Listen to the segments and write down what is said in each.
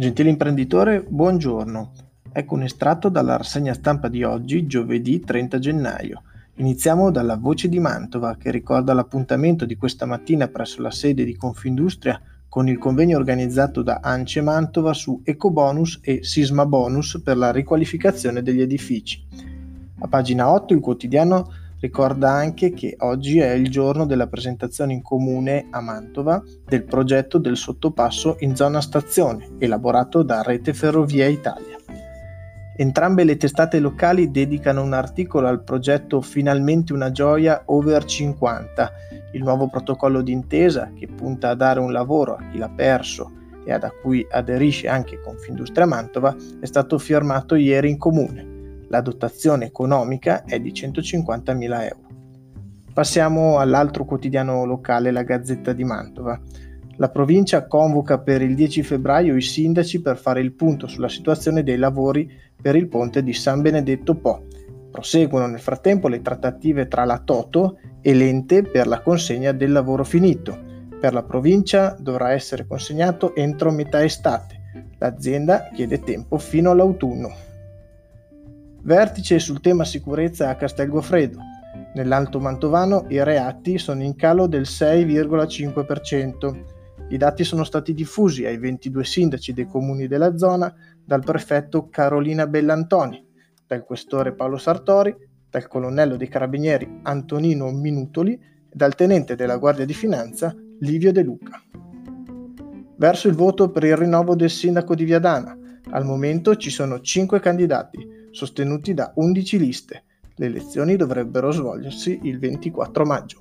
Gentile imprenditore, buongiorno. Ecco un estratto dalla rassegna stampa di oggi, giovedì 30 gennaio. Iniziamo dalla Voce di Mantova, che ricorda l'appuntamento di questa mattina presso la sede di Confindustria con il convegno organizzato da ANCE Mantova su Ecobonus e Sisma Bonus per la riqualificazione degli edifici. A pagina 8 il quotidiano ricorda anche che oggi è il giorno della presentazione in comune a Mantova del progetto del sottopasso in zona stazione, elaborato da Rete Ferrovie Italia. Entrambe le testate locali dedicano un articolo al progetto Finalmente una gioia Over 50, il nuovo protocollo d'intesa che punta a dare un lavoro a chi l'ha perso e a cui aderisce anche Confindustria Mantova, è stato firmato ieri in comune. La dotazione economica è di 150.000 euro. Passiamo all'altro quotidiano locale, la Gazzetta di Mantova. La provincia convoca per il 10 febbraio i sindaci per fare il punto sulla situazione dei lavori per il ponte di San Benedetto Po. Proseguono nel frattempo le trattative tra la Toto e l'ente per la consegna del lavoro finito. Per la provincia dovrà essere consegnato entro metà estate. L'azienda chiede tempo fino all'autunno. Vertice sul tema sicurezza a Castel Goffredo. Nell'Alto Mantovano i reati sono in calo del 6,5%. I dati sono stati diffusi ai 22 sindaci dei comuni della zona dal prefetto Carolina Bellantoni, dal questore Paolo Sartori, dal colonnello dei carabinieri Antonino Minutoli e dal tenente della Guardia di Finanza Livio De Luca. Verso il voto per il rinnovo del sindaco di Viadana. Al momento ci sono 5 candidati, sostenuti da 11 liste. Le elezioni dovrebbero svolgersi il 24 maggio.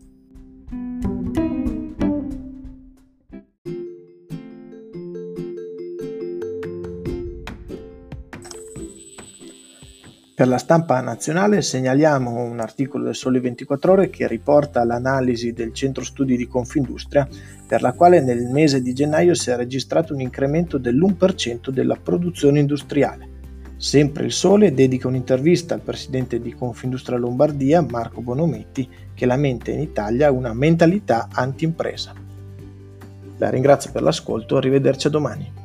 Per la stampa nazionale segnaliamo un articolo del Sole 24 Ore che riporta l'analisi del centro studi di Confindustria, per la quale nel mese di gennaio si è registrato un incremento dell'1% della produzione industriale. Sempre il Sole dedica un'intervista al presidente di Confindustria Lombardia, Marco Bonometti, che lamenta in Italia una mentalità anti-impresa. La ringrazio per l'ascolto, arrivederci a domani.